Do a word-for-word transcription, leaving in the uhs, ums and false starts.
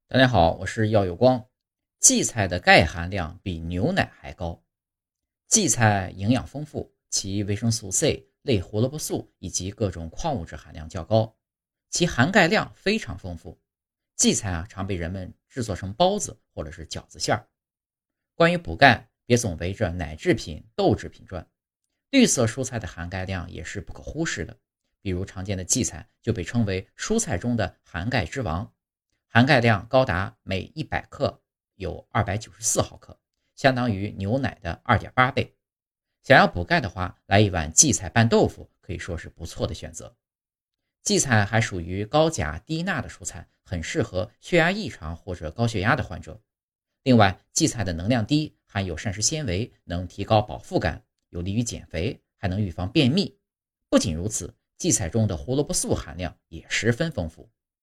大家好，我是耀有光。荠菜的钙含量比牛奶还高。荠菜营养丰富，其维生素 C、类胡萝卜素以及各种矿物质含量较高，其含钙量非常丰富。荠菜啊，常被人们制作成包子或者是饺子馅儿。关于补钙，别总围着奶制品、豆制品转，绿色蔬菜的含钙量也是不可忽视的。比如常见的荠菜就被称为蔬菜中的含钙之王，含钙量高达每一百克有二百九十四毫克，相当于牛奶的 二点八倍。想要补钙的话，来一碗荠菜拌豆腐可以说是不错的选择。荠菜还属于高钾低钠的蔬菜，很适合血压异常或者高血压的患者。另外，荠菜的能量低，含有膳食纤维，能提高饱腹感，有利于减肥，还能预防便秘。不仅如此，荠菜中的胡萝卜素含量也十分丰富。